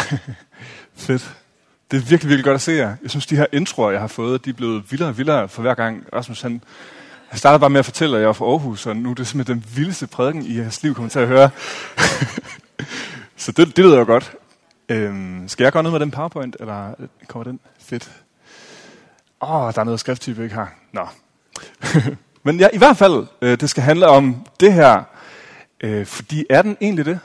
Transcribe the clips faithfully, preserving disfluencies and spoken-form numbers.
Fedt. Det er virkelig, virkelig godt at se jer. Jeg synes, de her introer, jeg har fået, de er blevet vildere og vildere for hver gang. Rasmus, han, han startede bare med at fortælle, at jeg var fra Aarhus, og nu er det simpelthen den vildeste prædiken i jeres liv, kommer til at høre. Så det, det lyder jo godt. Øhm, skal jeg gøre noget med den PowerPoint, eller kommer den? Fedt. Åh, oh, der er noget skrifttype, ikke her. Nå. Men ja, i hvert fald, øh, det skal handle om det her. Øh, fordi er den egentlig det?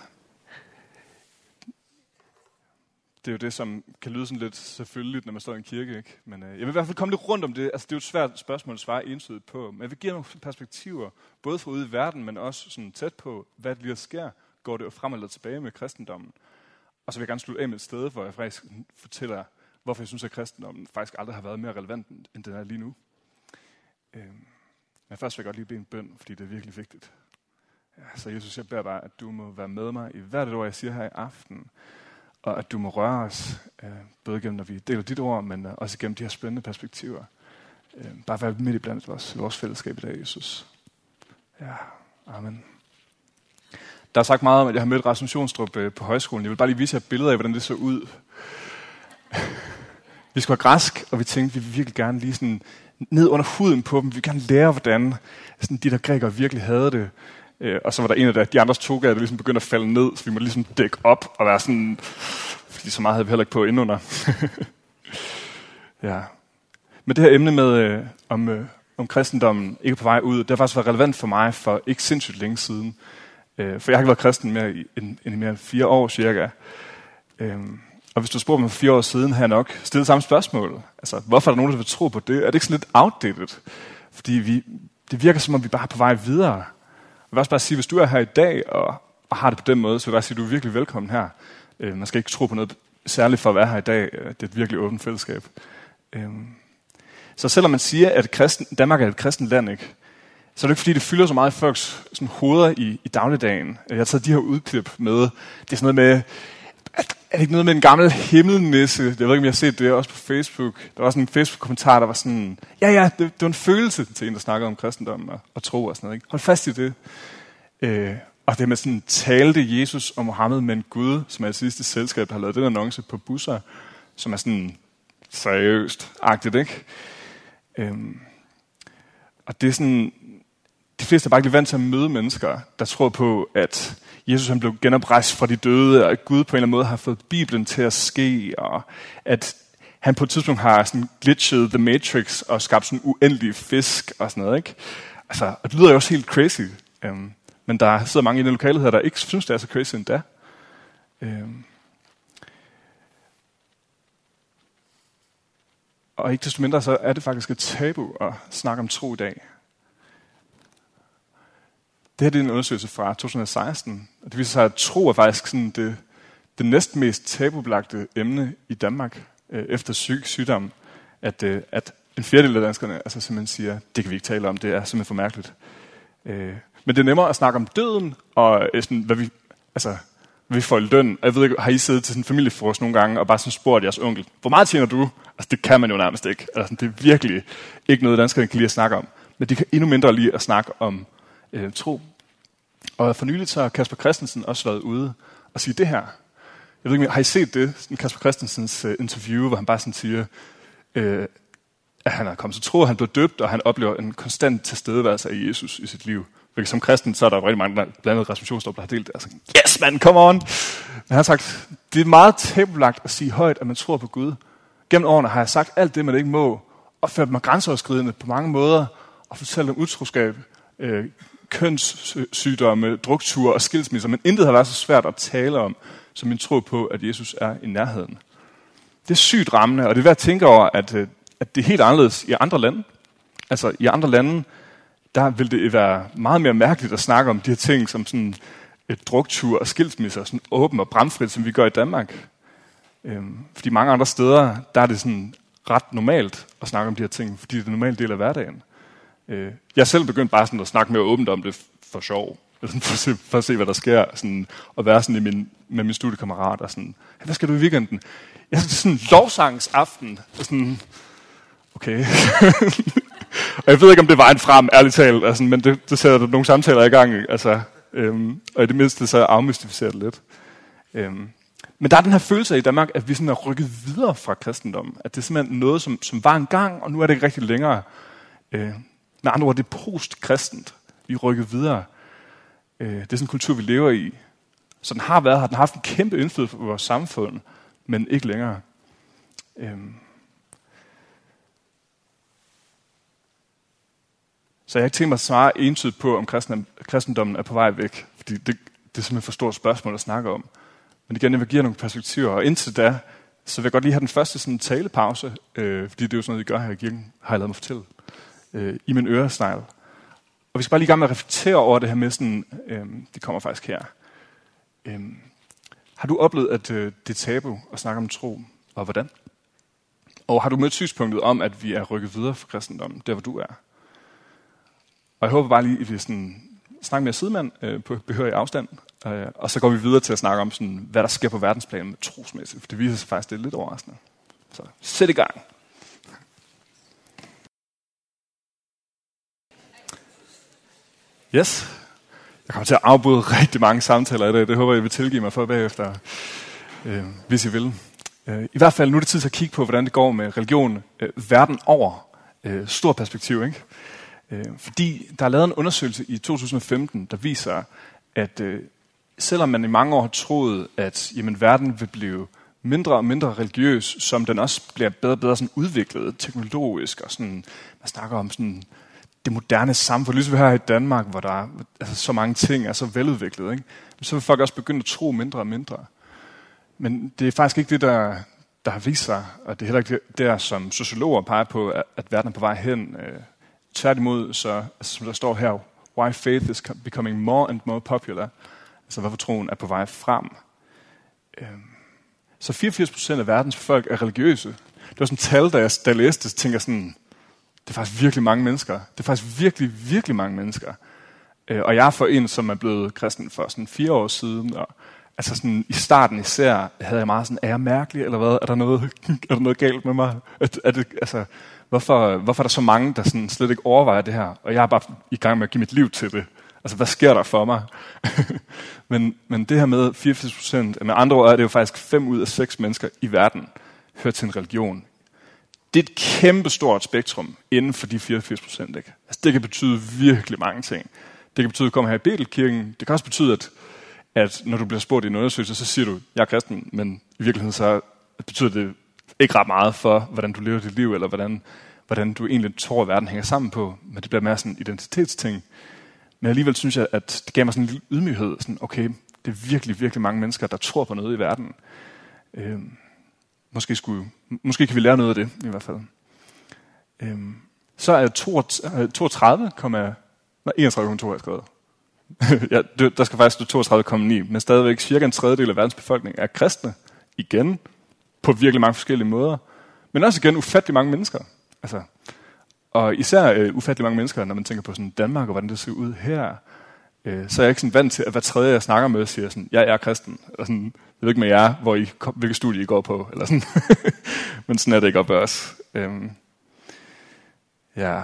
Det er jo det, som kan lyde sådan lidt selvfølgeligt, når man står i en kirke, ikke? Men øh, jeg vil i hvert fald komme lidt rundt om det. Altså, det er jo et svært spørgsmål at svare entydigt på. Men jeg vil give nogle perspektiver, både fra ude i verden, men også sådan tæt på, hvad det lige sker. Går det jo frem eller tilbage med kristendommen? Og så vil jeg gerne slutte af med et sted, hvor jeg faktisk fortæller, hvorfor jeg synes, at kristendommen faktisk aldrig har været mere relevant, end den er lige nu. Øh, men først vil jeg godt lige bede en bøn, fordi det er virkelig vigtigt. Ja, så Jesus, jeg beder bare, at du må være med mig i hvert et ord, jeg siger her i aften. Og at du må røre os, øh, både gennem, når vi deler dit ord, men øh, også gennem de her spændende perspektiver. Øh, bare være midt i blandt vores, vores fællesskab i dag, Jesus. Ja, amen. Der er sagt meget om, at jeg har mødt Rasmus Jonstrup øh, på højskolen. Jeg vil bare lige vise jer billeder af, hvordan det så ud. Vi skulle have græsk, og vi tænkte, vi vil virkelig gerne lige sådan ned under huden på dem. Vi vil gerne lære, hvordan sådan de der grækere virkelig havde det. Øh, og så var der en af de andres toga, der ligesom begyndte at falde ned, så vi måtte ligesom dække op og være sådan, fordi så meget havde vi heller ikke på indenunder. Ja. Men det her emne med øh, om, øh, om kristendommen ikke på vej ud, det har faktisk været relevant for mig for ikke sindssygt længe siden. Øh, for jeg har ikke været kristen mere i, end, end i mere end fire år cirka. Øh, og hvis du spurgte mig for fire år siden, har jeg nok stillet samme spørgsmål. Altså, hvorfor er der nogen, der vil tro på det? Er det ikke sådan lidt outdated? Fordi vi, det virker som om, vi bare er på vej videre. Jeg vil også bare sige, hvis du er her i dag og, og har det på den måde, så vil jeg bare sige, at du er virkelig velkommen her. Øh, man skal ikke tro på noget særligt for at være her i dag. Det er et virkelig åbent fællesskab. Øh. Så selvom man siger, at kristen, Danmark er et kristent land, ikke, så er det ikke fordi, det fylder så meget i folks sådan, hoveder i, i dagligdagen. Jeg har taget de her udklip med. Det er sådan noget med, er det ikke noget med en gammel himmelnisse? Jeg ved ikke, om jeg har set det også på Facebook. Der var sådan en Facebook-kommentar, der var sådan, ja ja, det, det var en følelse til en, der snakkede om kristendommen og, og tro og sådan noget. Ikke? Hold fast i det. Øh, og det med sådan, talte Jesus og Mohammed med en Gud, som er det sidste selskab, der har lavet den annonce på busser, som er sådan seriøst-agtigt, ikke? Øh, og det er sådan, de fleste er bare ikke vant til at møde mennesker, der tror på, at Jesus han blev genoprejst fra de døde, og at Gud på en eller anden måde har fået Bibelen til at ske, og at han på et tidspunkt har sådan glitchet The Matrix og skabt sådan uendelig fisk og sådan noget, ikke? Altså, og det lyder jo også helt crazy. Um, men der sidder mange i den lokale her, der ikke synes, det er så crazy endda. Um, og ikke desto mindre, så er det faktisk et tabu at snakke om tro i dag. Det her det er en undersøgelse fra to tusind og seksten, og det viser sig, at tro er faktisk sådan det, det næstmest tabubelagte emne i Danmark øh, efter psykisk sygdom, at, øh, at en fjerdedel af danskerne altså simpelthen siger, det kan vi ikke tale om, det er simpelthen for mærkeligt. Øh, men det er nemmere at snakke om døden, og øh, sådan, hvad vi, altså, hvad vi får i løn. Og jeg ved ikke, har I siddet til sådan en familiefrokost nogle gange, og bare sådan spurgt jeres onkel, hvor meget tjener du? Altså det kan man jo nærmest ikke. Altså, det er virkelig ikke noget, danskerne kan lide at snakke om. Men de kan endnu mindre lide at snakke om øh, tro. Og for nyligt så har Kasper Christensen også været ude og sige det her. Jeg ved ikke, har I set det? Sådan Kasper Christensens uh, interview, hvor han bare sådan siger, uh, at han er kommet til tro, han blev døbt, og han oplever en konstant tilstedeværelse af Jesus i sit liv. Fordi som kristen, så er der rigtig mange, der blandt andet Rasmus Jonstrup, der har delt det. Altså, yes man, come on! Men han har sagt, det er meget tabubelagt at sige højt, at man tror på Gud. Gennem årene har jeg sagt alt det, man ikke må, og ført mig grænseoverskridende på mange måder, og fortalt om utroskab, øh, kønssygdomme, drukture og skilsmisser, men intet har været så svært at tale om, som min tro på, at Jesus er i nærheden. Det er sygt rammende, og det er værd at tænke over, at, at det er helt anderledes i andre lande. Altså i andre lande, der vil det være meget mere mærkeligt at snakke om de her ting, som sådan et drukture og skilsmisser, sådan åben og bramfrit, som vi gør i Danmark. Øhm, fordi mange andre steder, der er det sådan ret normalt at snakke om de her ting, fordi det er en normal del af hverdagen. Jeg er selv begyndt bare sådan at snakke mere åbent om det for sjov, for at se, for at se hvad der sker, sådan, og være sådan i min, med min studiekammerat og sådan, hey, hvad skal du i weekenden? Jeg skal til sådan en lovsangsaften, og sådan, okay. Og jeg ved ikke, om det var en frem, ærligt talt, altså, men det, det sætter der nogle samtaler i gang, altså, øhm, og i det mindste så afmystificerer det lidt. Øhm, Men der er den her følelse af i Danmark, at vi sådan er rykket videre fra kristendommen. At det er simpelthen noget, som, som var en gang, og nu er det ikke rigtig længere. Øh, med andre ord, det er post-kristent. Vi er rykket videre. Øh, det er sådan en kultur, vi lever i. Så den har været her. Den har haft en kæmpe indflydelse på vores samfund, men ikke længere. Øh. Så jeg har ikke tænkt mig at svare entydigt på, om kristendommen er på vej væk. Fordi det, det er simpelthen for stort spørgsmål at snakke om. Men igen, jeg vil give jer nogle perspektiver. Og indtil da, så vil jeg godt lige have den første sådan, talepause. Øh, fordi det er jo sådan noget, vi gør her i kirken, har jeg lavet mig fortælle. Øh, I min øresnegl. Og vi skal bare lige i gang med at reflektere over det her med sådan, øh, det kommer faktisk her. Øh, har du oplevet, at øh, det er tabu at snakke om tro, og hvordan? Og har du mødt synspunktet om, at vi er rykket videre fra kristendommen, der hvor du er? Og jeg håber bare lige, at vi sådan, snakker med sidemand øh, på behørig afstand, øh, og så går vi videre til at snakke om, sådan, hvad der sker på verdensplan med trosmæssigt, for det viser sig faktisk, det er lidt overraskende. Så sæt i gang. Yes. Jeg kommer til at afbryde rigtig mange samtaler i dag. Det håber jeg, I vil tilgive mig for bagefter, øh, hvis I vil. Øh, I hvert fald nu er det tid til at kigge på, hvordan det går med religion øh, verden over. Øh, stor perspektiv, ikke? Øh, fordi der er lavet en undersøgelse i to tusind og femten, der viser, at øh, selvom man i mange år har troet, at jamen, verden vil blive mindre og mindre religiøs, som den også bliver bedre og bedre sådan udviklet teknologisk, og sådan, man snakker om sådan det moderne samfund, ligesom vi har i Danmark, hvor der er altså, så mange ting er så veludviklet, ikke? Så vil folk også begynde at tro mindre og mindre. Men det er faktisk ikke det, der, der har vist sig, og det er heller ikke det, der, som sociologer peger på, at, at verden er på vej hen. Øh, tværtimod, så, altså, som der står her, why faith is becoming more and more popular, altså hvorfor troen er på vej frem. Øh, så fireogfirs procent af verdens folk er religiøse. Det var sådan et tal, da jeg, da jeg læste, så tænker jeg sådan, det er faktisk virkelig mange mennesker. Det er faktisk virkelig, virkelig mange mennesker. Øh, og jeg er for en, som er blevet kristen for sådan fire år siden. Og, altså sådan, i starten især havde jeg meget sådan, er jeg mærkelig, eller hvad? Er der noget, er der noget galt med mig? Er, er det, altså, hvorfor, hvorfor er der så mange, der sådan slet ikke overvejer det her? Og jeg er bare i gang med at give mit liv til det. Altså, hvad sker der for mig? men, men det her med fireogfirs procent, med andre ord er det jo faktisk fem ud af seks mennesker i verden, hører til en religion. Det er et kæmpe stort spektrum inden for de fireogfirs procent. Altså, det kan betyde virkelig mange ting. Det kan betyde at komme her i Betelkirken. Det kan også betyde, at, at når du bliver spurgt i en undersøgelse, så siger du, jeg er kristen, men i virkeligheden så betyder det ikke ret meget for, hvordan du lever dit liv, eller hvordan, hvordan du egentlig tror, at verden hænger sammen på. Men det bliver mere sådan en identitetsting. Men alligevel synes jeg, at det gav mig sådan en lille ydmyghed. Sådan, okay, det er virkelig, virkelig mange mennesker, der tror på noget i verden. Øhm, måske, skulle, måske kan vi lære noget af det, i hvert fald. Øhm, så er toogtredive komma enogtredive komma to har jeg skrevet. ja, det, der skal faktisk stå toogtredive komma ni, men stadigvæk cirka en tredjedel af verdens befolkning er kristne. Igen, på virkelig mange forskellige måder. Men også igen ufattelig mange mennesker. Altså, og især øh, ufattelig mange mennesker, når man tænker på sådan Danmark og hvordan det ser ud her, øh, så er jeg ikke sådan vant til, at hver tredje, jeg snakker med, siger sådan, ja, jeg er kristen. Eller sådan, jeg ved ikke med jer, hvor I, hvilket studie I går på. Eller sådan. Men sådan er det ikke op ad os. Øhm, ja.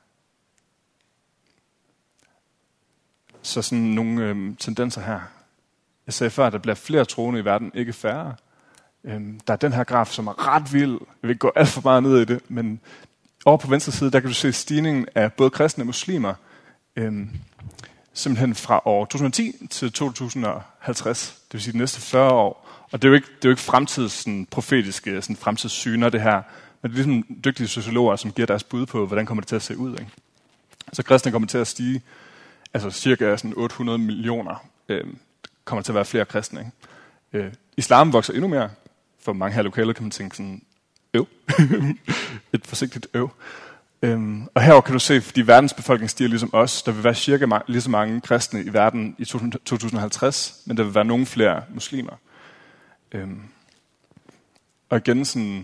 Så sådan nogle øhm, tendenser her. Jeg sagde før, at der bliver flere troende i verden, ikke færre. Øhm, der er den her graf, som er ret vild. Jeg vil ikke gå alt for meget ned i det, men over på venstre side, der kan du se stigningen af både kristne og muslimer. Øhm, simpelthen fra år to tusind og ti til to tusind og halvtreds. Det vil sige de næste fyrre år. Og det er jo ikke, det er jo ikke fremtids, sådan, profetiske sådan, fremtidssyner, det her. Men det er ligesom dygtige sociologer, som giver deres bud på, hvordan kommer det til at se ud. Ikke? Så kristne kommer til at stige, altså cirka sådan otte hundrede millioner, øh, kommer til at være flere kristne. Ikke? Øh, islam vokser endnu mere. For mange her lokaler kan man tænke sådan, øv. Et forsigtigt øv. Øhm, og herover kan du se, fordi verdens befolkning stiger ligesom os, der vil være cirka ma- lige så mange kristne i verden i to tusind og halvtreds, men der vil være nogle flere muslimer. Øhm, og igen sådan,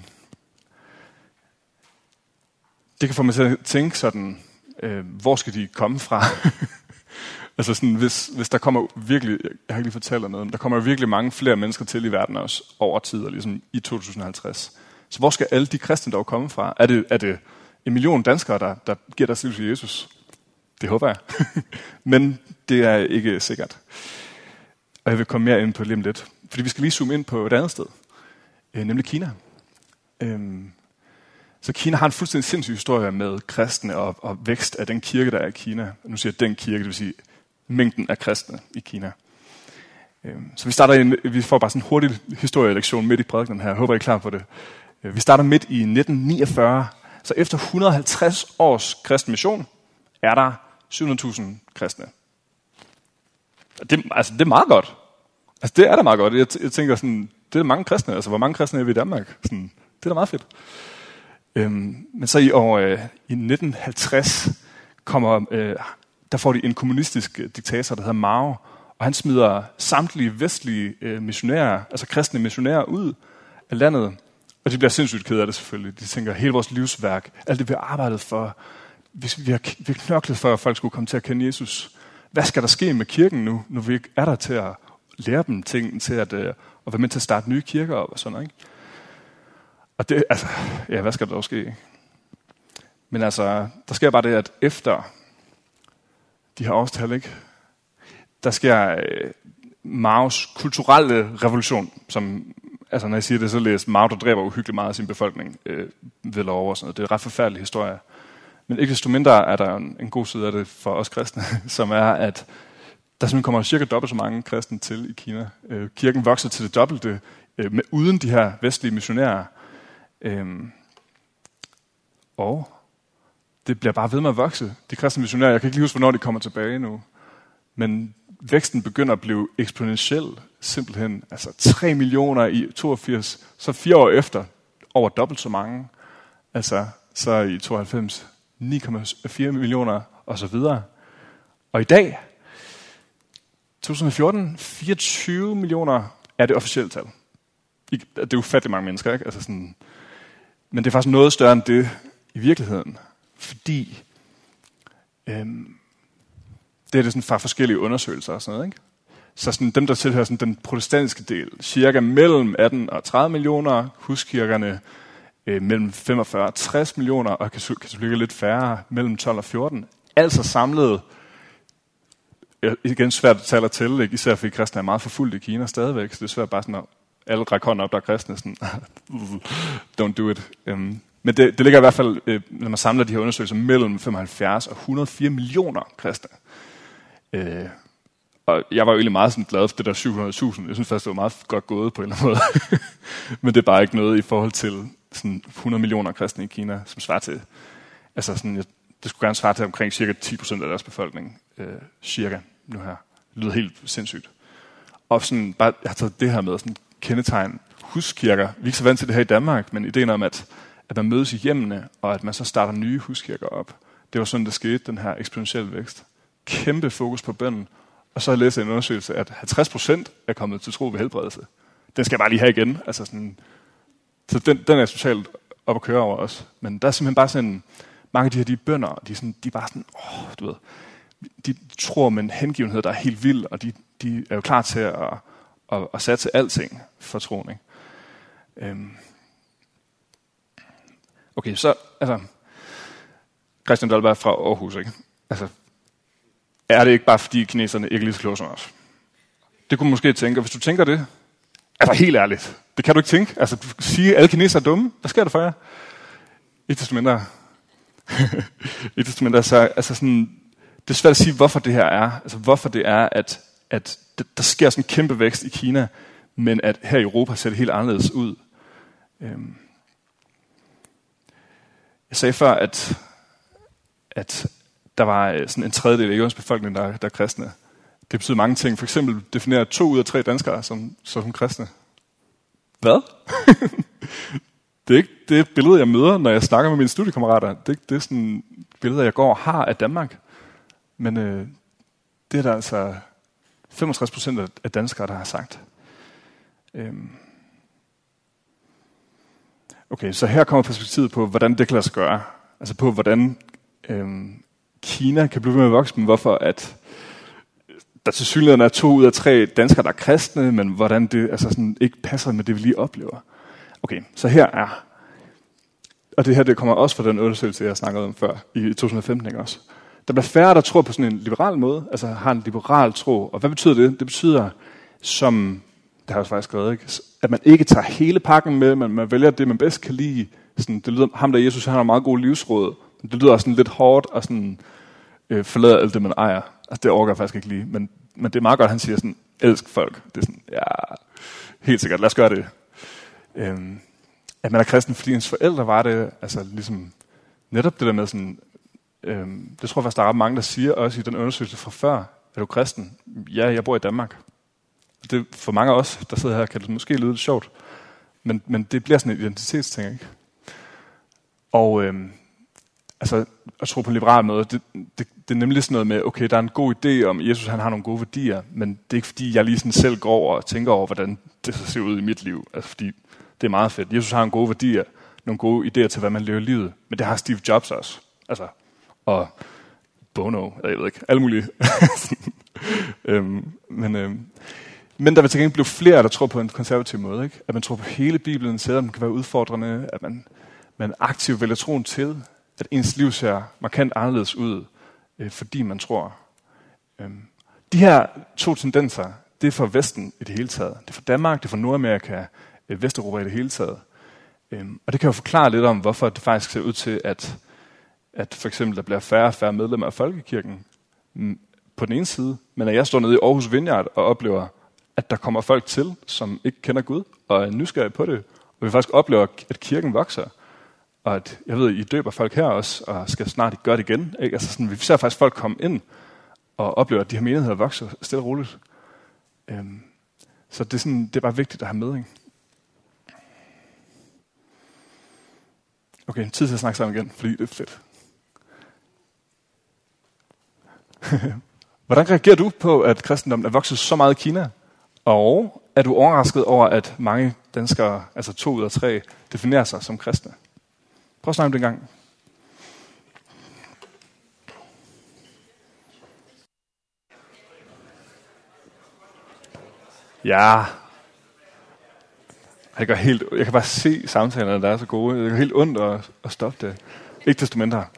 det kan få mig til at tænke sådan, øh, hvor skal de komme fra? altså sådan, hvis, hvis der kommer virkelig, jeg har ikke lige fortalt dig noget, men der kommer virkelig mange flere mennesker til i verden også over tid, og ligesom i to tusind og halvtreds. Så hvor skal alle de kristne dog komme fra? Er det, er det en million danskere, der, der giver deres liv til Jesus? Det håber jeg. Men det er ikke sikkert. Og jeg vil komme mere ind på lige om lidt. fordi vi skal lige zoome ind på et andet sted, øh, nemlig Kina. Øhm, så Kina har en fuldstændig sindssyg historie med kristne og, og vækst af den kirke, der er i Kina. Nu siger jeg den kirke, det vil sige mængden af kristne i Kina. Øhm, så vi starter en, vi får bare sådan en hurtig historielektion midt i prædikenen her. Jeg håber, I er klar på det. Vi starter midt i nitten niogfyrre, så efter et hundrede og halvtreds års kristen mission, er der syv hundrede tusind kristne. Det, altså, det er meget godt. Altså, det er da meget godt. Jeg, t- jeg tænker sådan, det er mange kristne. Altså, hvor mange kristne er vi i Danmark? Sådan, det er da meget fedt. Øhm, men så i år øh, i nitten halvtreds kommer, øh, der får de en kommunistisk diktator, der hedder Mao, og han smider samtlige vestlige øh, missionærer, altså kristne missionærer, ud af landet. Og de bliver sindssygt kede af det selvfølgelig. De tænker, hele vores livsværk, alt det vi har arbejdet for, hvis vi har, vi har knoklet for, at folk skulle komme til at kende Jesus. Hvad skal der ske med kirken nu, når vi ikke er der til at lære dem ting, til at, uh, at være med til at starte nye kirker op og sådan noget, ikke? Og det, altså, ja, hvad skal der dog ske? Ikke? Men altså, der sker bare det, at efter de her årstal, ikke, der sker uh, Maos kulturelle revolution, som, altså når jeg siger det, så læser Mao, der dræber uhyggeligt meget af sin befolkning øh, ved lov og sådan noget. Det er en ret forfærdelig historie. Men ikke desto mindre er der en, en god side af det for os kristne, som er, at der simpelthen kommer cirka dobbelt så mange kristne til i Kina. Øh, kirken vokser til det dobbelte, øh, med, uden de her vestlige missionærer. Øh, og det bliver bare ved med at vokse. De kristne missionærer, jeg kan ikke lige huske, hvornår de kommer tilbage nu. Men væksten begynder at blive eksponentiel, simpelthen. Altså tre millioner i toogfirs, så fire år efter over dobbelt så mange. Altså så i tooghalvfems ni komma fire millioner og så videre. Og i dag, to tusind og fjorten, fireogtyve millioner er det officielle tal. Det er ufattelig mange mennesker, ikke? Altså sådan, men det er faktisk noget større end det i virkeligheden, fordi øhm, det er det sådan fra forskellige undersøgelser og sådan noget, ikke? Så sådan, dem, der tilhører sådan, den protestantiske del, cirka mellem atten og tredive millioner, huskirkerne øh, mellem femogfyrre og tres millioner, og katolikker lidt færre, mellem tolv og fjorten. Altså samlet, igen svært at tale til, ikke? Især fordi kristne er meget forfulgt i Kina stadigvæk, så det er svært bare sådan, at alle rækker hånden op, der er kristne, sådan, don't do it. Um, men det, det ligger i hvert fald, øh, når man samler de her undersøgelser, mellem femoghalvfjerds og et hundrede og fire millioner kristne. Øh, og jeg var jo egentlig meget sådan glad for det der syv hundrede tusind. Jeg synes faktisk, det var meget godt gået på en eller anden måde. Men det er bare ikke noget i forhold til sådan hundrede millioner kristne i Kina, som svarer til, altså sådan, det skulle gerne svare til omkring cirka ti procent af deres befolkning. Øh, cirka nu her. Det lyder helt sindssygt. Og sådan, bare, jeg har taget det her med sådan kendetegn huskirker. Vi er ikke så vant til det her i Danmark, men ideen om, at, at man mødes i hjemmene, og at man så starter nye huskirker op. Det var sådan, det skete, den her eksponentielle vækst. Kæmpe fokus på bønnen. Og så har jeg læst en undersøgelse, at halvtreds procent er kommet til tro ved helbredelse. Den skal jeg bare lige have igen. Altså sådan, så den, den er totalt op at køre over os. Men der er simpelthen bare sådan, mange af de her de bønder, de er, sådan, de er bare sådan, åh, du ved, de tror med en hengivenhed, der er helt vild, og de, de er jo klar til at, at, at satse alting for troen, ikke? Øhm. Okay, så, altså, Christian Dahlberg fra Aarhus, ikke? Altså, er det ikke bare fordi kineserne ikke er lige så kloge som os? Det kunne man måske tænke, og hvis du tænker det, altså helt ærligt, det kan du ikke tænke. Altså, du siger, at alle kinesere er dumme. Hvad sker der for jer? Ikke desto mindre. Ikke desto mindre, så, altså sådan, det er svært at sige, hvorfor det her er. Altså, hvorfor det er, at, at der sker sådan en kæmpe vækst i Kina, men at her i Europa ser det helt anderledes ud. Øhm. Jeg sagde før, at, at der var sådan en tredjedel af jordens befolkning, der, der er kristne. Det betyder mange ting. For eksempel definerer to ud af tre danskere som, som kristne. Hvad? Det er ikke det billede, jeg møder, når jeg snakker med mine studiekammerater. Det, det er sådan billeder, jeg går og har af Danmark. Men øh, det er der altså femogtres procent af danskere, der har sagt. Øhm. Okay, så her kommer perspektivet på, hvordan det kan lade sig gøre. Altså på, hvordan øhm, Kina kan blive ved med at vokse, men hvorfor at der til synligheden er to ud af tre danskere, der er kristne, men hvordan det altså sådan ikke passer med det, vi lige oplever. Okay, så her er, og det her det kommer også fra den undersøgelse, jeg snakkede om før, i to tusind og femten, ikke også? Der bliver færre, der tror på sådan en liberal måde, altså har en liberal tro. Og hvad betyder det? Det betyder, som det har jeg faktisk skrevet, ikke? At man ikke tager hele pakken med, men man vælger det, man bedst kan lide. Sådan, det lyder, ham der Jesus, han har meget gode livsråd, men det lyder også sådan lidt hårdt, og sådan, øh, forlader alt det, man ejer. Altså, det overgår jeg faktisk ikke lige, men, men det er meget godt, han siger sådan, elsk folk. Det er sådan, ja, helt sikkert, lad os gøre det. Øhm, at man er kristen, fordi ens forældre var det, altså ligesom, netop det der med sådan, øhm, det tror jeg faktisk, der er ret mange, der siger også i den undersøgelse fra før, er du kristen? Ja, jeg bor i Danmark. Det, for mange af os, der sidder her, kan det måske lyde lidt sjovt, men, men det bliver sådan en identitetsting, ikke? Og øhm, altså, at tro på en liberal måde, det, det, det er nemlig sådan noget med, okay, der er en god idé om, at Jesus han har nogle gode værdier, men det er ikke fordi, jeg lige sådan selv går over og tænker over, hvordan det så ser ud i mit liv. Altså, fordi det er meget fedt. Jesus har nogle gode værdier, nogle gode idéer til, hvad man lever livet, men det har Steve Jobs også. Altså, og Bono, jeg ved ikke, alle mulige. øhm, men, øhm, men der vil til gengæld blive flere, der tror på en konservativ måde, ikke? At man tror på hele Bibelen, selvom den kan være udfordrende, at man, man aktivt vælger troen til, at ens liv ser markant anderledes ud, øh, fordi man tror. Øhm, de her to tendenser, det er for Vesten i det hele taget. Det er for Danmark, det er for Nordamerika, øh, Vesteuropa i det hele taget. Øhm, og det kan jo forklare lidt om, hvorfor det faktisk ser ud til, at, at for eksempel der bliver færre og færre medlemmer af Folkekirken mm, på den ene side, men at jeg står nede i Aarhus Vineyard og oplever, at der kommer folk til, som ikke kender Gud, og er nysgerrige på det, og vi faktisk oplever, at kirken vokser. Og at, jeg ved, I døber folk her også, og skal snart gøre det igen. Ikke? Altså sådan, vi ser faktisk folk komme ind og oplever, at de her menigheder vokser stille og roligt. Øhm, så det er, sådan, det er bare vigtigt at have med. Ikke? Okay, tid til at snakke sammen igen, fordi det er fedt. Hvordan reagerer du på, at kristendommen er vokset så meget i Kina? Og er du overrasket over, at mange danskere, altså to ud af tre, definerer sig som kristne? Prøv at snakke om det en gang. Ja. Det gør helt, jeg kan bare se samtalerne, der er så gode. Det er helt ondt at, at stoppe det. Ikke desto mindre.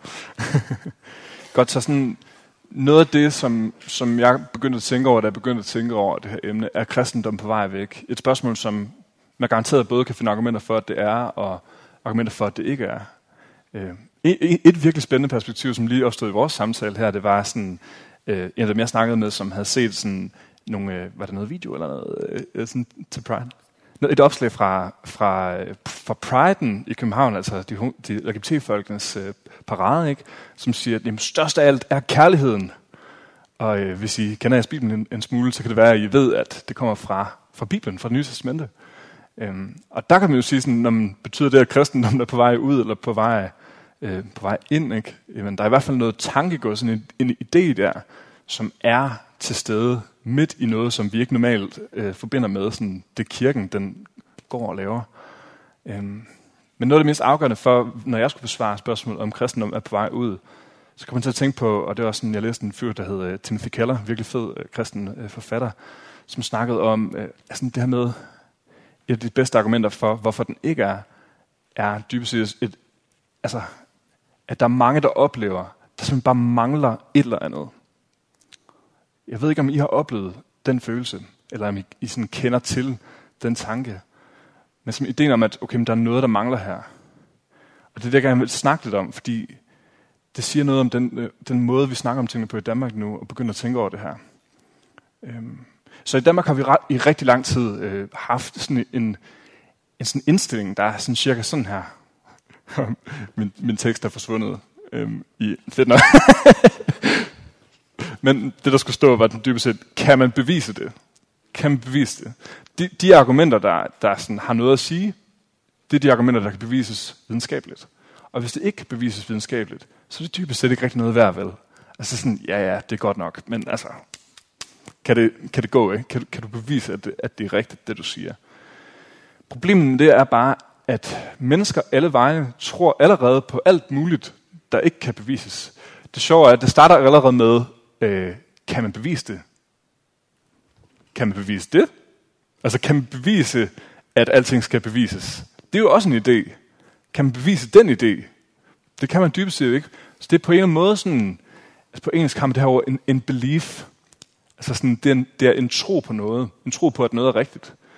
Godt, så sådan noget af det, som, som jeg begyndte at tænke over, da jeg begyndte at tænke over det her emne, er kristendom på vej væk. Et spørgsmål, som man garanteret både kan finde argumenter for, at det er, og argumenter for, at det ikke er. Et, et virkelig spændende perspektiv, som lige opstod i vores samtale her, det var sådan, en af dem jeg snakkede med, som havde set sådan nogle, var der noget video eller noget, sådan til Pride? Et opslag fra, fra, fra Pride'en i København, altså de, de L G B T-folkenes øh, parade, ikke? Som siger, at jamen, størst af alt er kærligheden. Og øh, hvis I kender jeres Bibelen en, en smule, så kan det være, at I ved, at det kommer fra, fra Bibelen, fra det nye testamente. Øhm, og der kan man jo sige, sådan, når man betyder det, at kristendommen er på vej ud, eller på vej, øh, på vej ind, ikke? Jamen, der er i hvert fald noget tankegods, sådan en, en idé der, som er til stede midt i noget, som vi ikke normalt øh, forbinder med sådan, det kirken, den går og laver. Øhm, men noget af det mest afgørende for, når jeg skulle besvare spørgsmålet om kristendom er på vej ud, så kan man til at tænke på, og det var sådan, jeg læste en fyr, der hed uh, Timothy Keller, virkelig fed uh, kristen uh, forfatter, som snakkede om uh, altså det her med, et af de bedste argumenter for, hvorfor den ikke er, er dybest set et, altså, at der er mange, der oplever, der simpelthen bare mangler et eller andet. Jeg ved ikke, om I har oplevet den følelse, eller om I, I sådan kender til den tanke. Men som ideen om, at okay, men der er noget, der mangler her. Og det er det, jeg gerne vil snakke lidt om, fordi det siger noget om den, den måde, vi snakker om tingene på i Danmark nu, og begynder at tænke over det her. Øhm, så i Danmark har vi ret, i rigtig lang tid øh, haft sådan en, en sådan indstilling, der er sådan cirka sådan her. min, min tekst er forsvundet øhm, i fedt nok. Men det, der skulle stå, var den dybest set, kan man bevise det? Kan man bevise det? De, de argumenter, der, der sådan har noget at sige, det er de argumenter, der kan bevises videnskabeligt. Og hvis det ikke kan bevises videnskabeligt, så er det dybest set ikke rigtig noget værd, vel? Altså sådan, ja ja, det er godt nok, men altså, kan det, kan det gå, ikke? Kan, kan du bevise, at det, at det er rigtigt, det du siger? Problemet med det er bare, at mennesker alle veje tror allerede på alt muligt, der ikke kan bevises. Det sjove er, at det starter allerede med, øh, kan man bevise det? Kan man bevise det? Altså, kan man bevise, at alting skal bevises? Det er jo også en idé. Kan man bevise den idé? Det kan man dybest set ikke. Så det er på en eller anden måde sådan, altså på engelsk har man det her ord, en, en belief. Altså sådan, det er en, det er en tro på noget. En tro på, at noget er rigtigt.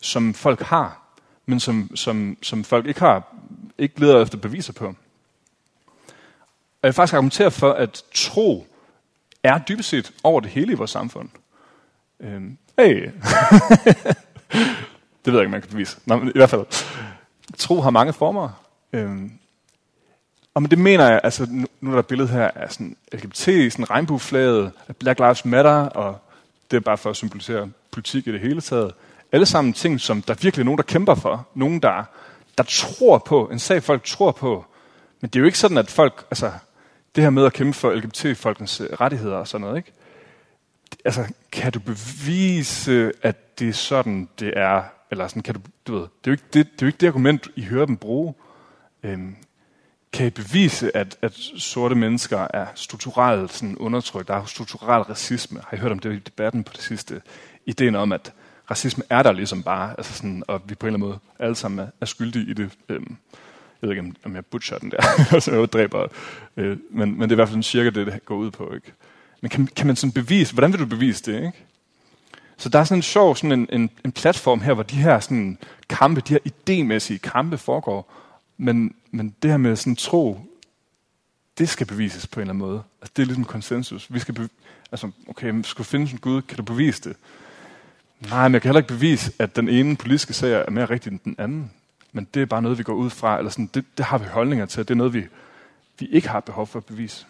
som folk har, men som, som, som folk ikke har, ikke leder efter beviser på. Og jeg vil faktisk argumentere for, at tro er dybest set over det hele i vores samfund. Øhm, hey. Det ved jeg ikke, man kan bevise. Nå, men i hvert fald. Tro har mange former. Øhm, og men det mener jeg, altså nu, nu er der et billede her af sådan L G B T, sådan regnbueflaget, Black Lives Matter, og det er bare for at symbolisere politik i det hele taget. Alle sammen ting, som der virkelig er nogen, der kæmper for. Nogen, der, der tror på. En sag, folk tror på. Men det er jo ikke sådan, at folk, altså det her med at kæmpe for L G B T-folkens rettigheder og sådan noget, ikke? Altså, kan du bevise, at det er sådan, det er? Eller sådan, kan du, du ved, det er jo ikke det, det, er jo ikke det argument, I hører dem bruge. Øhm, kan I bevise, at, at sorte mennesker er strukturelt sådan undertrykt? Der er strukturel racisme. Har I hørt om det i debatten på det sidste? Ideen om, at racisme er der ligesom bare, altså sådan, og vi på en eller anden måde alle sammen er, er skyldige i det. Øhm, jeg ved ikke, om jeg butcher den der, altså jeg dræber, øh, men, men det er i hvert fald sådan cirka det, det går ud på, ikke? Men kan, kan man sådan bevise, hvordan vil du bevise det, ikke? Så der er sådan en sjov, sådan en, en, en platform her, hvor de her sådan kampe, de her idémæssige kampe foregår, men, men det her med sådan tro, det skal bevises på en eller anden måde. Altså det er ligesom konsensus. Vi skal, bev- altså okay, skal du finde sådan Gud, kan du bevise det? Nej, men jeg kan heller ikke bevise, at den ene politiske sag er mere rigtig end den anden. Men det er bare noget, vi går ud fra, eller sådan, det, det har vi holdninger til, det er noget, vi, vi ikke har behov for at bevise.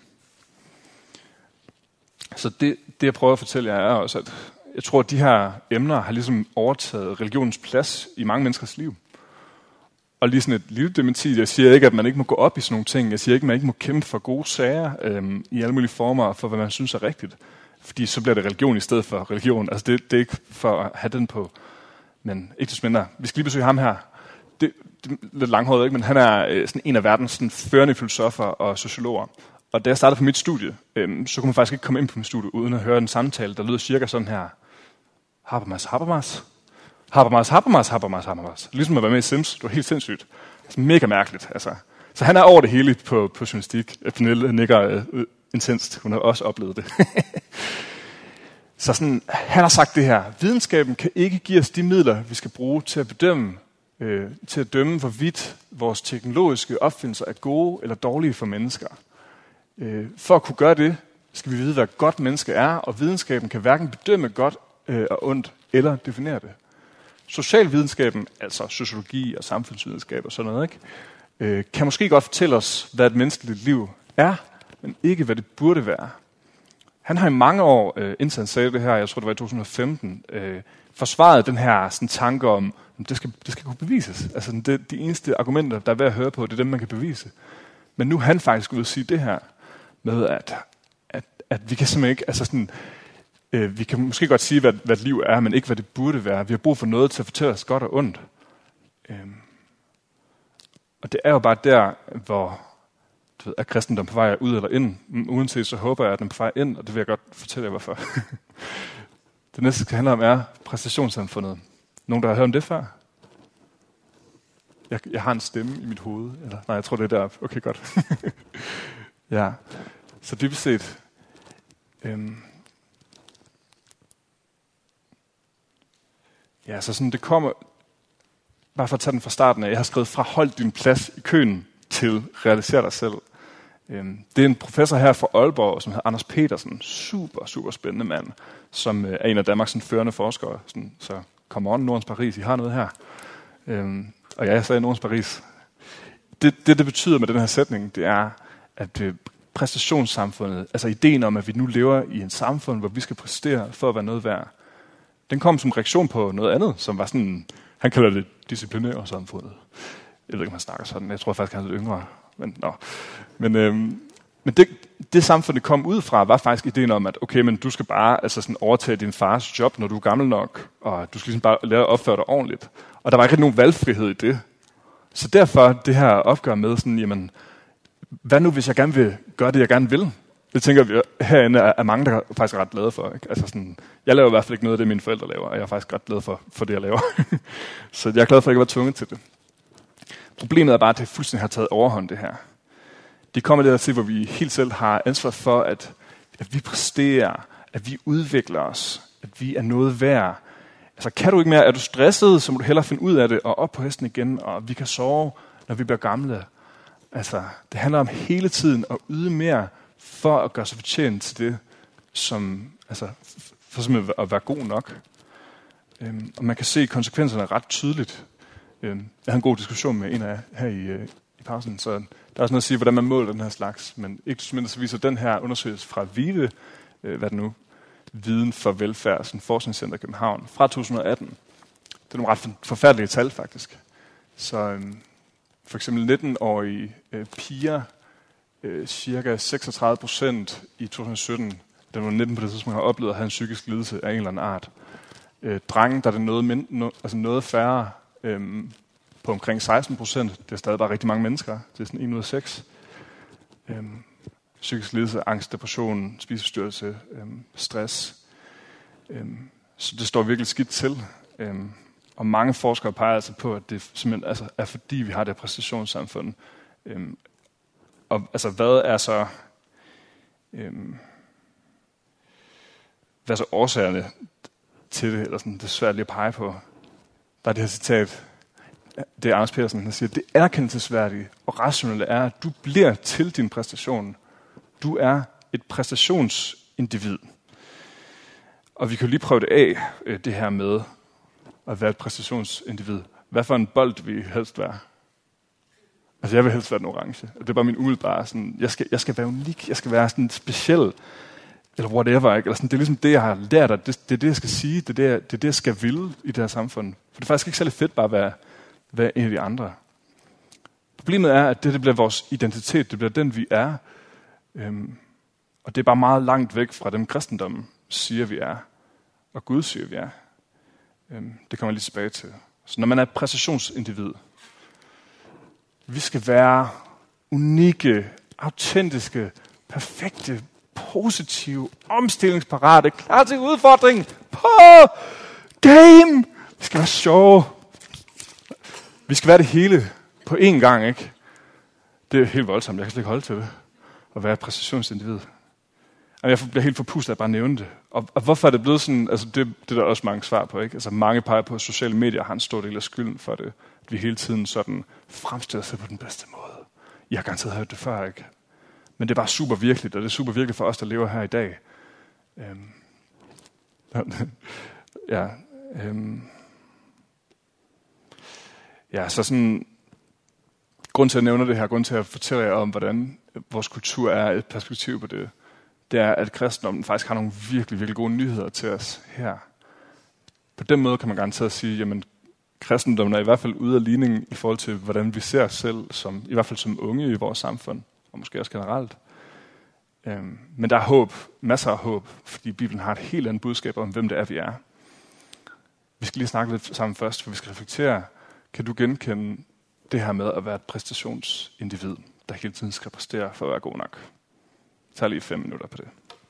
Så det, det, jeg prøver at fortælle jer, er også, at jeg tror, at de her emner har ligesom overtaget religionens plads i mange menneskers liv. Og lige sådan et lille dementi, jeg siger ikke, at man ikke må gå op i sådan nogle ting. Jeg siger ikke, at man ikke må kæmpe for gode sager øhm, i alle mulige former, for hvad man synes er rigtigt. Fordi så bliver det religion i stedet for religion. Altså det, det er ikke for at have den på. Men ikke desto mindre. Vi skal lige besøge ham her. Det, det er lidt langhåret, ikke? Men han er øh, sådan en af verdens sådan, førende filosofer og sociologer. Og da jeg startede på mit studie, øhm, så kunne man faktisk ikke komme ind på mit studie, uden at høre en samtale, der lyder cirka sådan her. Habermas, Habermas. Habermas, Habermas, Habermas, Habermas. Ligesom at være med i Sims. Det var helt sindssygt. Altså, mega mærkeligt. Altså. Så han er over det hele på, på journalistik. Pernille nikker øh, intenst. Hun har også oplevet det. Så sådan, han har sagt det her. Videnskaben kan ikke give os de midler, vi skal bruge til at bedømme, øh, til at dømme, hvorvidt vores teknologiske opfindelser er gode eller dårlige for mennesker. Øh, for at kunne gøre det, skal vi vide, hvad et godt menneske er, og videnskaben kan hverken bedømme godt øh, og ondt, eller definere det. Socialvidenskaben, altså sociologi og samfundsvidenskab og sådan noget, ikke, øh, kan måske godt fortælle os, hvad et menneskeligt liv er, men ikke hvad det burde være. Han har i mange år, øh, indtil han sagde det her, jeg tror det var i to tusind og femten, øh, forsvaret den her sådan, tanke om, at det skal, det skal kunne bevises. Altså det, de eneste argumenter, der er værd at høre på, det er dem, man kan bevise. Men nu er han faktisk ude at sige det her, med at, at, at vi kan simpelthen ikke, altså sådan, øh, vi kan måske godt sige, hvad, hvad et liv er, men ikke hvad det burde være. Vi har brug for noget til at fortælle os godt og ondt. Øhm. Og det er jo bare der, hvor du ved, er kristendom på vej ud eller ind. Uanset så håber jeg, at den er på vej ind, og det vil jeg godt fortælle jer, hvorfor. Det næste, skal handle om, er præstationssamfundet. Nogen, der har hørt om det før? Jeg, jeg har en stemme i mit hoved. Eller, nej, jeg tror, det er deroppe. Okay, godt. Ja, så dybest set... Øhm, ja, så sådan, det kommer... Bare for at tage den fra starten af. Jeg har skrevet fra hold din plads i køen til realiser dig selv. Øhm, det er en professor her fra Aalborg, som hedder Anders Petersen. Super, super spændende mand, som øh, er en af Danmarks sådan, førende forskere. Sådan, så come on, Nordens Paris, I har noget her. Øhm, og ja, jeg sagde Nordens Paris. Det, det, det betyder med den her sætning, det er, at øh, præstationssamfundet, altså ideen om, at vi nu lever i en samfund, hvor vi skal præstere for at være noget værd, den kom som reaktion på noget andet, som var sådan, han kalder det disciplinære samfundet. Jeg ved ikke, om han snakker sådan. Jeg tror faktisk, han er lidt yngre. Men, nå. men, øhm, men det, det samfund, det kom ud fra, var faktisk ideen om, at okay, men du skal bare altså sådan, overtage din fars job, når du er gammel nok, og du skal ligesom bare lære at opføre dig ordentligt. Og der var ikke nogen valgfrihed i det. Så derfor det her opgør med sådan, jamen, hvad nu, hvis jeg gerne vil gøre det, jeg gerne vil? Det tænker vi herinde er mange, der er faktisk ret glade for. Ikke? Altså sådan, jeg laver i hvert fald ikke noget af det, mine forældre laver, og jeg er faktisk ret glad for, for det, jeg laver. Så jeg er glad for, at jeg ikke var tvunget til det. Problemet er bare, at det fuldstændig har taget overhånd, det her. Det kommer der til, hvor vi helt selv har ansvar for, at, at vi præsterer, at vi udvikler os, at vi er noget værd. Altså, kan du ikke mere? Er du stresset, så må du hellere finde ud af det, og op på hesten igen, og vi kan sove, når vi bliver gamle. Altså, det handler om hele tiden at yde mere, for at gøre sig fortjent til det, som, altså, for simpelthen at være god nok. Øhm, og man kan se konsekvenserne ret tydeligt. Øhm, jeg havde en god diskussion med en af her i, øh, i pausen, så der er også noget at sige, hvordan man måler den her slags, men ikke desto mindre så viser den her undersøgelse fra VIVE, øh, hvad det nu, Viden for Velfærd, sådan forskningscenter i København, fra to tusind og atten. Det er nogle ret forfærdelige tal, faktisk. Så øhm, for eksempel nitten-årige øh, piger, øh, cirka seksogtredive procent i to tusind og sytten, der var nitten på det tidspunkt, har oplevet at have en psykisk lidelse af en eller anden art. Øh, drenge, der er det noget, mind, no, altså noget færre, øh, på omkring seksten procent. Det er stadig bare rigtig mange mennesker. Det er sådan en ud af seks. Øh, psykisk lidelse, angst, depression, spiseforstyrrelse, øh, stress. Øh, så det står virkelig skidt til. Øh, og mange forskere peger altså på, at det simpelthen altså, er fordi, vi har det præstationssamfund. Øh, og altså, hvad er så... Øh, hvad er så årsagerne til det? Eller sådan, det er svært lige at pege på. Der er det her citat. Det er Anders Pedersen, der siger, det erkendelsesværdige og rationelle er, at du bliver til din præstation. Du er et præstationsindivid. Og vi kan lige prøve det af, det her med at være et præstationsindivid. Hvad for en bold vil I helst være? Altså, jeg vil helst være den orange. Det er bare min umiddelbare sådan, jeg skal, jeg skal være unik, jeg skal være sådan speciel, eller whatever, ikke? Eller sådan, det er ligesom det, jeg har lært, at det, det er det, jeg skal sige, det er det, jeg, det er det, jeg skal ville i det her samfund. For det er faktisk ikke særlig fedt bare at være, være en af de andre. Problemet er, at det, det bliver vores identitet, det bliver den, vi er, øhm, og det er bare meget langt væk fra dem, kristendommen siger, vi er, og Gud siger, vi er. Øhm, det kommer jeg lige tilbage til. Så når man er et præstationsindivid, vi skal være unikke, autentiske, perfekte, positive, omstillingsparate, klar til udfordringen på game. Vi skal være sjove. Vi skal være det hele på én gang, ikke? Det er helt voldsomt. Jeg kan slet ikke holde til det. At være et præstationsindivid. Jeg bliver helt forpustet af at bare nævne det. Og, og hvorfor er det blevet sådan, altså det, det er der også mange svar på, ikke? Altså mange peger på, at sociale medier har en stor del af skylden for det. At vi hele tiden sådan fremstiller sig på den bedste måde. I har garanteret hørt det før, ikke? Men det er bare super virkeligt, og det er super virkeligt for os, der lever her i dag. Øhm. ja, øhm. ja, så sådan, grund til at nævne det her, grund til at fortælle jer om, hvordan vores kultur er et perspektiv på det, det er, at kristendommen faktisk har nogle virkelig, virkelig gode nyheder til os her. På den måde kan man garanteret sige, jamen, kristendommen er i hvert fald ude af ligningen i forhold til, hvordan vi ser os selv, som, i hvert fald som unge i vores samfund, og måske også generelt. Øhm, men der er håb, masser af håb, fordi Bibelen har et helt andet budskab om, hvem det er, vi er. Vi skal lige snakke lidt sammen først, for vi skal reflektere. Kan du genkende det her med at være et præstationsindivid, der hele tiden skal præstere for at være god nok? Jeg tager lige fem minutter på det.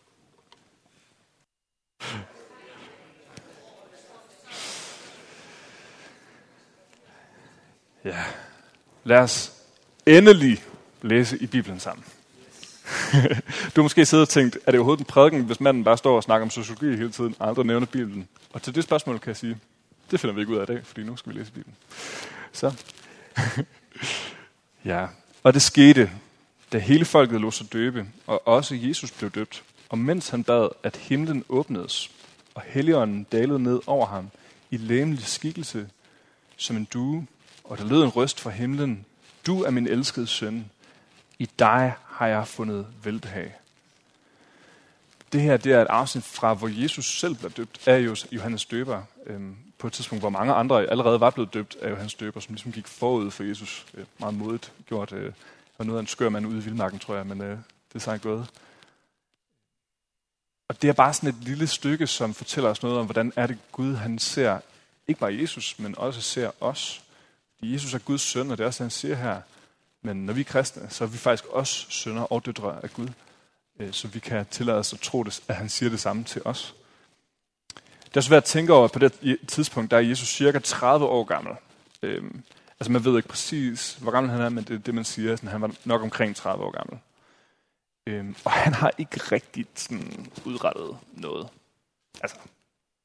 Ja, lad os endelig læse i Bibelen sammen. Du har måske siddet og tænkt, er det overhovedet en prædiken, hvis manden bare står og snakker om sociologi hele tiden, og andre nævner Bibelen? Og til det spørgsmål kan jeg sige, det finder vi ikke ud af i dag, fordi nu skal vi læse Bibelen. Så. Ja, og det skete, da hele folket lod sig døbe, og også Jesus blev døbt. Og mens han bad, at himlen åbnedes, og Helligånden dalede ned over ham i legemlig skikkelse som en due, og der lød en røst fra himlen, du er min elskede søn, i dig har jeg fundet velbehag. Det her det er et afsnit fra, hvor Jesus selv blev døbt af Johannes Døber, øhm, på et tidspunkt, hvor mange andre allerede var blevet døbt af Johannes Døber, som ligesom gik forud for Jesus. Øh, meget modigt gjort. Øh, var noget af en skør mand ude i vildmarken, tror jeg, men øh, det er så ikke gået. Og det er bare sådan et lille stykke, som fortæller os noget om, hvordan er det Gud, han ser, ikke bare Jesus, men også ser os. Jesus er Guds søn, og det er også det, han siger her. Men når vi er kristne, så er vi faktisk også sønner og døtre af Gud. Så vi kan tillade os at tro, at han siger det samme til os. Det er svært at tænke over, at på det tidspunkt, der er Jesus cirka tredive år gammel. Øhm, altså man ved ikke præcis, hvor gammel han er, men det er det, man siger. Sådan, han var nok omkring tredive år gammel. Øhm, og han har ikke rigtig sådan udrettet noget. Altså,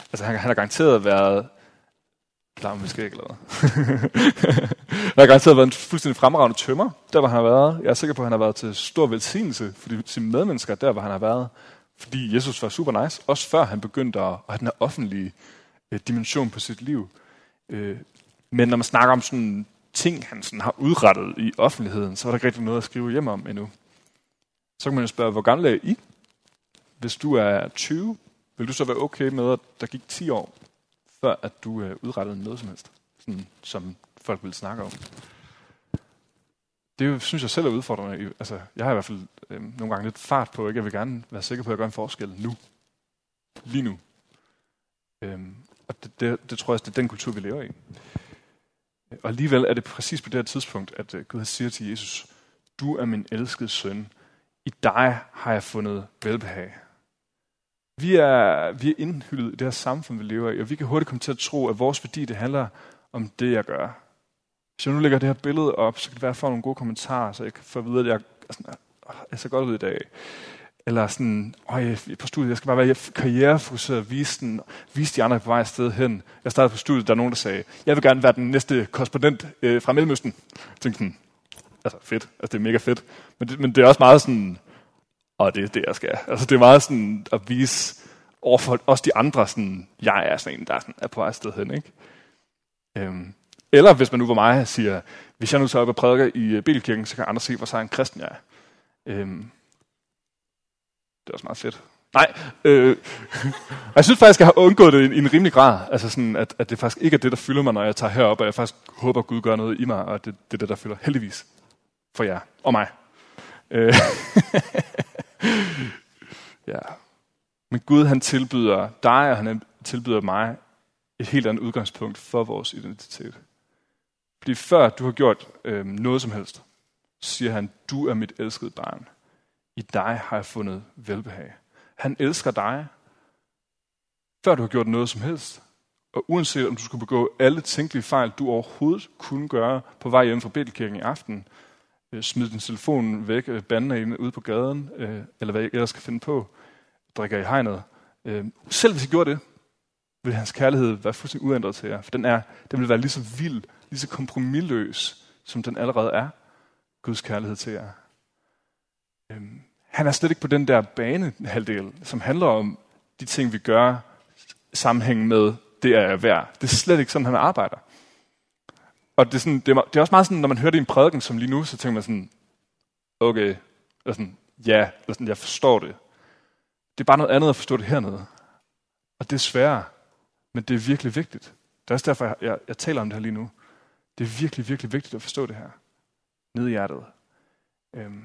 Altså han, han har garanteret været klar med skæg eller hvad. Han har garanteret været en fuldstændig fremragende tømmer, der hvor han har været. Jeg er sikker på, at han har været til stor velsignelse for de, sine medmennesker, der hvor han har været. Fordi Jesus var super nice, også før han begyndte at, at have den her offentlige øh, dimension på sit liv. Øh, men når man snakker om sådan ting, han sådan har udrettet i offentligheden, så er der ikke rigtig noget at skrive hjem om endnu. Så kan man jo spørge, hvor gammel er I? Hvis du er tyve, vil du så være okay med, at der gik ti år, før at du øh, udrettede noget som helst, sådan, som folk vil snakke om? Det jo, synes jeg selv er udfordrende. Altså, jeg har i hvert fald øh, nogle gange lidt fart på, ikke? Jeg vil gerne være sikker på, at jeg gør en forskel nu. Lige nu. Øhm, og det, det, det tror jeg, det er den kultur, vi lever i. Og alligevel er det præcis på det her tidspunkt, at øh, Gud siger til Jesus, du er min elskede søn. I dig har jeg fundet velbehag. Vi er, vi er indhyllet i det her samfund, vi lever i, og vi kan hurtigt komme til at tro, at vores værdi, det handler om det, jeg gør. Hvis jeg nu lægger det her billede op, så kan det være, at jeg får nogle gode kommentarer, så jeg kan få at vide, at jeg, sådan, jeg ser godt ud i dag. Eller sådan, øj, på studiet, jeg skal bare være karrierefokuseret og vise, den, vise de andre på vej et sted hen. Jeg startede på studiet, der er nogen, der sagde, jeg vil gerne være den næste korrespondent øh, fra Mellemøsten. Jeg tænkte sådan, altså fedt, altså det er mega fedt. Men det, men det er også meget sådan, og det er det, jeg skal. Altså det er meget sådan at vise overfor også de andre, sådan, jeg er sådan en, der sådan, er på vej et sted hen, ikke? Øhm. Eller hvis man nu var mig siger, hvis jeg nu tager op og prædiker i Betelkirken, så kan andre se, hvor sej en kristen jeg er. Øhm. Det er også meget fedt. Nej, øh, jeg synes faktisk, jeg har undgået det i, i en rimelig grad. Altså sådan, at, at det faktisk ikke er det, der fylder mig, når jeg tager herop, og jeg faktisk håber, at Gud gør noget i mig, og det, det er det, der fylder heldigvis for jer og mig. Øh. Ja. Men Gud, han tilbyder dig, og han tilbyder mig et helt andet udgangspunkt for vores identitet. Fordi før du har gjort øh, noget som helst, så siger han, du er mit elskede barn. I dig har jeg fundet velbehag. Han elsker dig, før du har gjort noget som helst. Og uanset om du skulle begå alle tænkelige fejl, du overhovedet kunne gøre på vej hjem fra Betelkirken i aften, øh, smid din telefon væk, øh, bande ude på gaden, øh, eller hvad jeg ellers skal finde på, drikker i hegnet. Øh, selv hvis I gjorde det, vil hans kærlighed være fuldstændig uændret til jer. For den, er, den vil være lige så vild, lige så kompromisløs, som den allerede er, Guds kærlighed til jer. Øhm, han er slet ikke på den der banehalvdel, som handler om de ting, vi gør, sammenhæng med det er værd. Det er slet ikke sådan, han arbejder. Og det er, sådan, det, er, det er også meget sådan, når man hører det i en prædiken som lige nu, så tænker man sådan, okay, eller sådan, ja, eller sådan, jeg forstår det. Det er bare noget andet at forstå det hernede. Og det er sværere, men det er virkelig vigtigt. Det er også derfor, jeg, jeg, jeg taler om det her lige nu. Det er virkelig, virkelig vigtigt at forstå det her. Nede i hjertet. Øhm.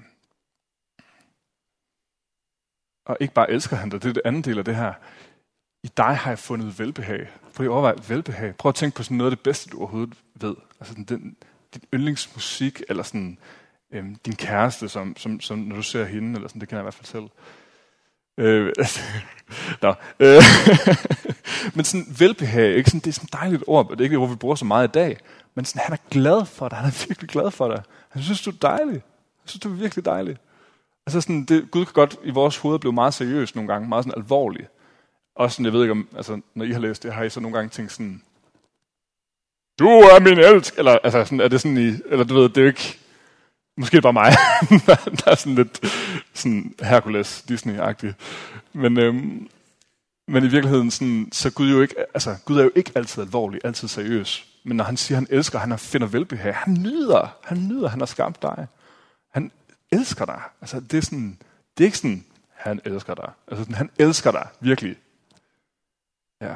Og ikke bare elsker han dig, det er det anden del af det her. I dig har jeg fundet velbehag. Prøv at overveje velbehag. Prøv at tænke på sådan noget af det bedste, du overhovedet ved. Altså den, den, din yndlingsmusik, eller sådan, øhm, din kæreste, som, som, som når du ser hende, eller sådan, det kan jeg i hvert fald selv. Øh, Nå. Øh. Men sådan velbehag, ikke? Sådan, det er sådan et dejligt ord, det er ikke det, hvor vi bruger så meget i dag. Men sådan, han er glad for dig, han er virkelig glad for dig. Han synes, du er dejlig. Han synes, du er virkelig dejlig. Altså sådan, det, Gud kan godt i vores hoved blive meget seriøs nogle gange, meget sådan alvorlig. Også sådan, jeg ved ikke om, altså når I har læst det, har I så nogle gange tænkt sådan, du er min elsk, eller altså sådan, er det sådan i, eller du ved, det er jo ikke, måske bare mig, der er sådan lidt sådan Hercules, Disney-agtig. Men, øhm, men i virkeligheden, sådan, så Gud, jo ikke, altså, Gud er jo ikke altid alvorlig, altid seriøs. Men når han siger, han elsker, han finder velbehag, han nyder, han nyder, han har skabt dig. Han elsker dig. Altså, det er sådan, det er ikke sådan, han elsker dig. Altså, sådan, han elsker dig, virkelig. Ja.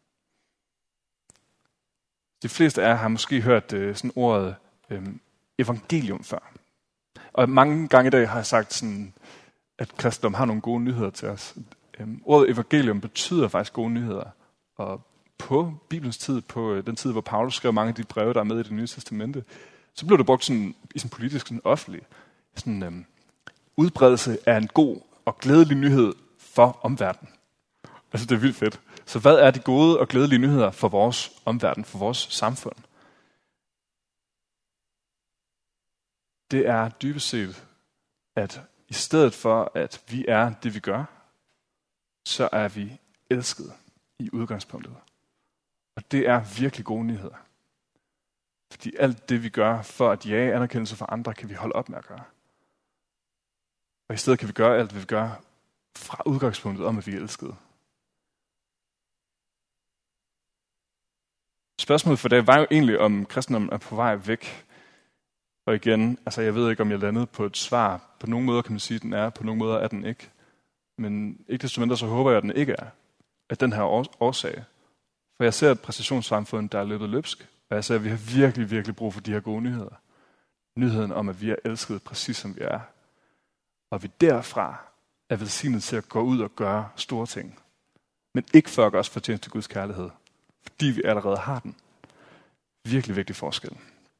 De fleste af jer har måske hørt øh, sådan ordet øh, evangelium før. Og mange gange i dag har jeg sagt, sådan, at kristendom har nogle gode nyheder til os. Øhm, ordet evangelium betyder faktisk gode nyheder. Og på Bibelens tid, på den tid, hvor Paulus skrev mange af de breve, der er med i Det Nye Testamente, så blev det brugt sådan, i sådan politisk sådan offentlig sådan, øhm, udbredelse af en god og glædelig nyhed for omverdenen. Altså det er vildt fedt. Så hvad er de gode og glædelige nyheder for vores omverden, for vores samfund? Det er dybest set, at i stedet for, at vi er det, vi gør, så er vi elskede. i udgangspunktet. Og det er virkelig gode nyheder. Fordi alt det, vi gør for at jage anerkendelse fra andre, kan vi holde op med at gøre. Og i stedet kan vi gøre alt, hvad vi gør fra udgangspunktet om, at vi er elskede. Spørgsmålet for det var jo egentlig, om kristendommen er på vej væk. Og igen, altså jeg ved ikke, om jeg landede på et svar. På nogle måder kan man sige, at den er, på nogle måder er den ikke. Men ikke desto mindre, så håber jeg, at den ikke er. At den her årsag. For jeg ser et præstationssamfund, der er løbet løbsk. Og jeg ser, at vi har virkelig, virkelig brug for de her gode nyheder. Nyheden om, at vi er elskede præcis som vi er. Og vi derfra er velsignet til at gå ud og gøre store ting. Men ikke for at gøre os fortjent til Guds kærlighed. Fordi vi allerede har den. Virkelig vigtig forskel.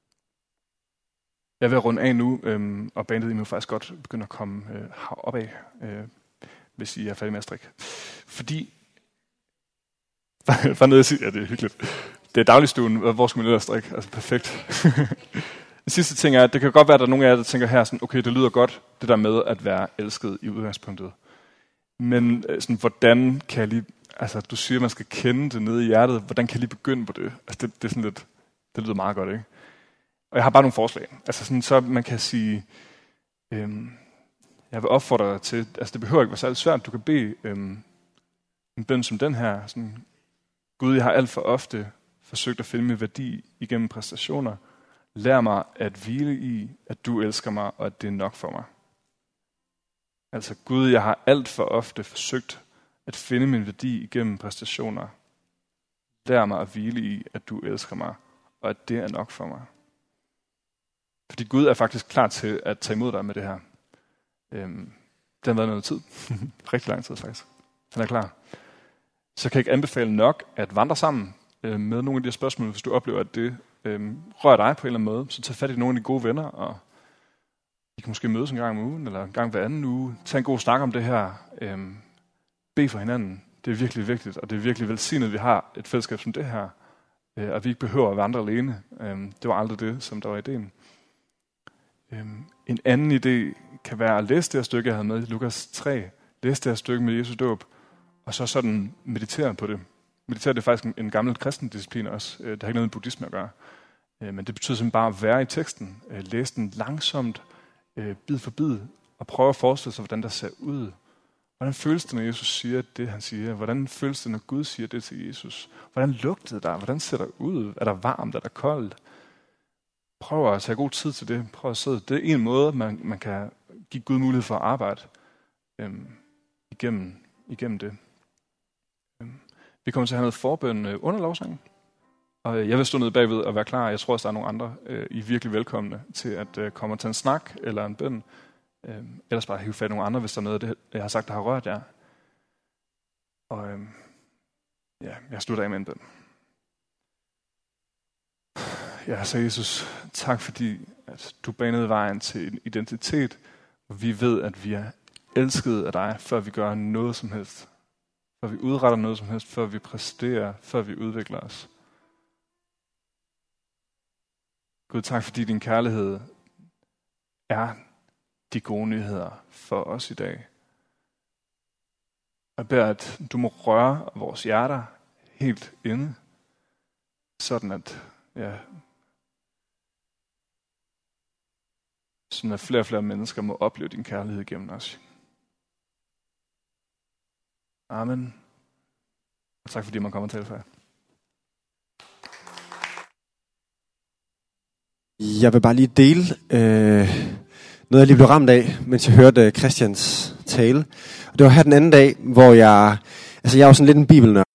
Jeg vil runde af nu, øhm, og bandet I må faktisk godt begynde at komme øh, herop af, øh, hvis I er færdige med at strikke. Fordi, bare nede at sige, ja det er hyggeligt, det er dagligstuen, hvor skal man ned og strikke? Altså perfekt. Den sidste ting er, at det kan godt være, at der er nogle af jer, der tænker her, sådan, okay, det lyder godt, det der med at være elsket i udgangspunktet. Men sådan, hvordan kan jeg lige, altså du siger, at man skal kende det nede i hjertet, hvordan kan jeg lige begynde på det? Altså det, det er sådan lidt, det lyder meget godt, ikke? Og jeg har bare nogle forslag. Altså sådan, så man kan sige, øhm, jeg vil opfordre dig til, altså det behøver ikke være særlig svært, du kan bede øhm, en bøn som den her, sådan, Gud, jeg har alt for ofte forsøgt at finde min værdi igennem præstationer. Lær mig at hvile i, at du elsker mig, og at det er nok for mig. Altså Gud, jeg har alt for ofte forsøgt at finde min værdi igennem præstationer. Lær mig at hvile i, at du elsker mig, og at det er nok for mig. Fordi Gud er faktisk klar til at tage imod dig med det her. Øhm, det har været noget tid. Rigtig lang tid faktisk. Han er klar. Så kan jeg ikke anbefale nok at vandre sammen øh, med nogle af de her spørgsmål, hvis du oplever, at det øh, rører dig på en eller anden måde. Så tag fat i nogle af de gode venner, og I kan måske mødes en gang om ugen, eller en gang hver anden uge. Tag en god snak om det her. Øh, bed for hinanden. Det er virkelig vigtigt, og det er virkelig velsignet, at vi har et fællesskab som det her. Øh, og vi ikke behøver at vandre alene. Øh, det var aldrig det, som der var ideen. Øh, en anden idé kan være at læse det her stykke, jeg havde med i Lukas tre. Læse det her stykke med Jesu dåb, og så sådan meditere på det. Meditere det er faktisk en, en gammel kristen disciplin også. Det har ikke noget med buddhisme at gøre. Men det betyder simpelthen bare at være i teksten. Læse den langsomt, bid for bid, og prøve at forestille sig, hvordan der ser ud. Hvordan føles det, når Jesus siger det, han siger? Hvordan føles det, når Gud siger det til Jesus? Hvordan lugtede der? Hvordan ser der ud? Er der varmt? Er der koldt? Prøv at tage god tid til det. Prøv at sidde. Det er en måde, man, man kan give Gud mulighed for at arbejde øhm, igennem, igennem det. Øhm. Vi kommer til at have noget forbøn øh, under lovsangen. Og jeg vil stå nede bagved og være klar. Jeg tror også, der er nogle andre. Øh, I er virkelig velkomne til at øh, komme og tage en snak eller en bøn. Øh, ellers bare hive fat i nogle andre, hvis der er noget af det, jeg har sagt, der har rørt jer. Og øh, ja, jeg slutter af med en bøn. Ja, så Jesus, tak fordi, at du banede vejen til en identitet, hvor vi ved, at vi er elskede af dig, før vi gør noget som helst. Før vi udretter noget som helst, før vi præsterer, før vi udvikler os. Gud, tak fordi din kærlighed er de gode nyheder for os i dag. Jeg beder, at du må røre vores hjerter helt inde, sådan at, ja, sådan at flere og flere mennesker må opleve din kærlighed gennem os. Amen. Og tak fordi man kommer til for jer. Jeg vil bare lige dele øh, noget, jeg lige blev ramt af, mens jeg hørte Christians tale. Og det var her den anden dag, hvor jeg, altså jeg er jo sådan lidt en bibelnørd.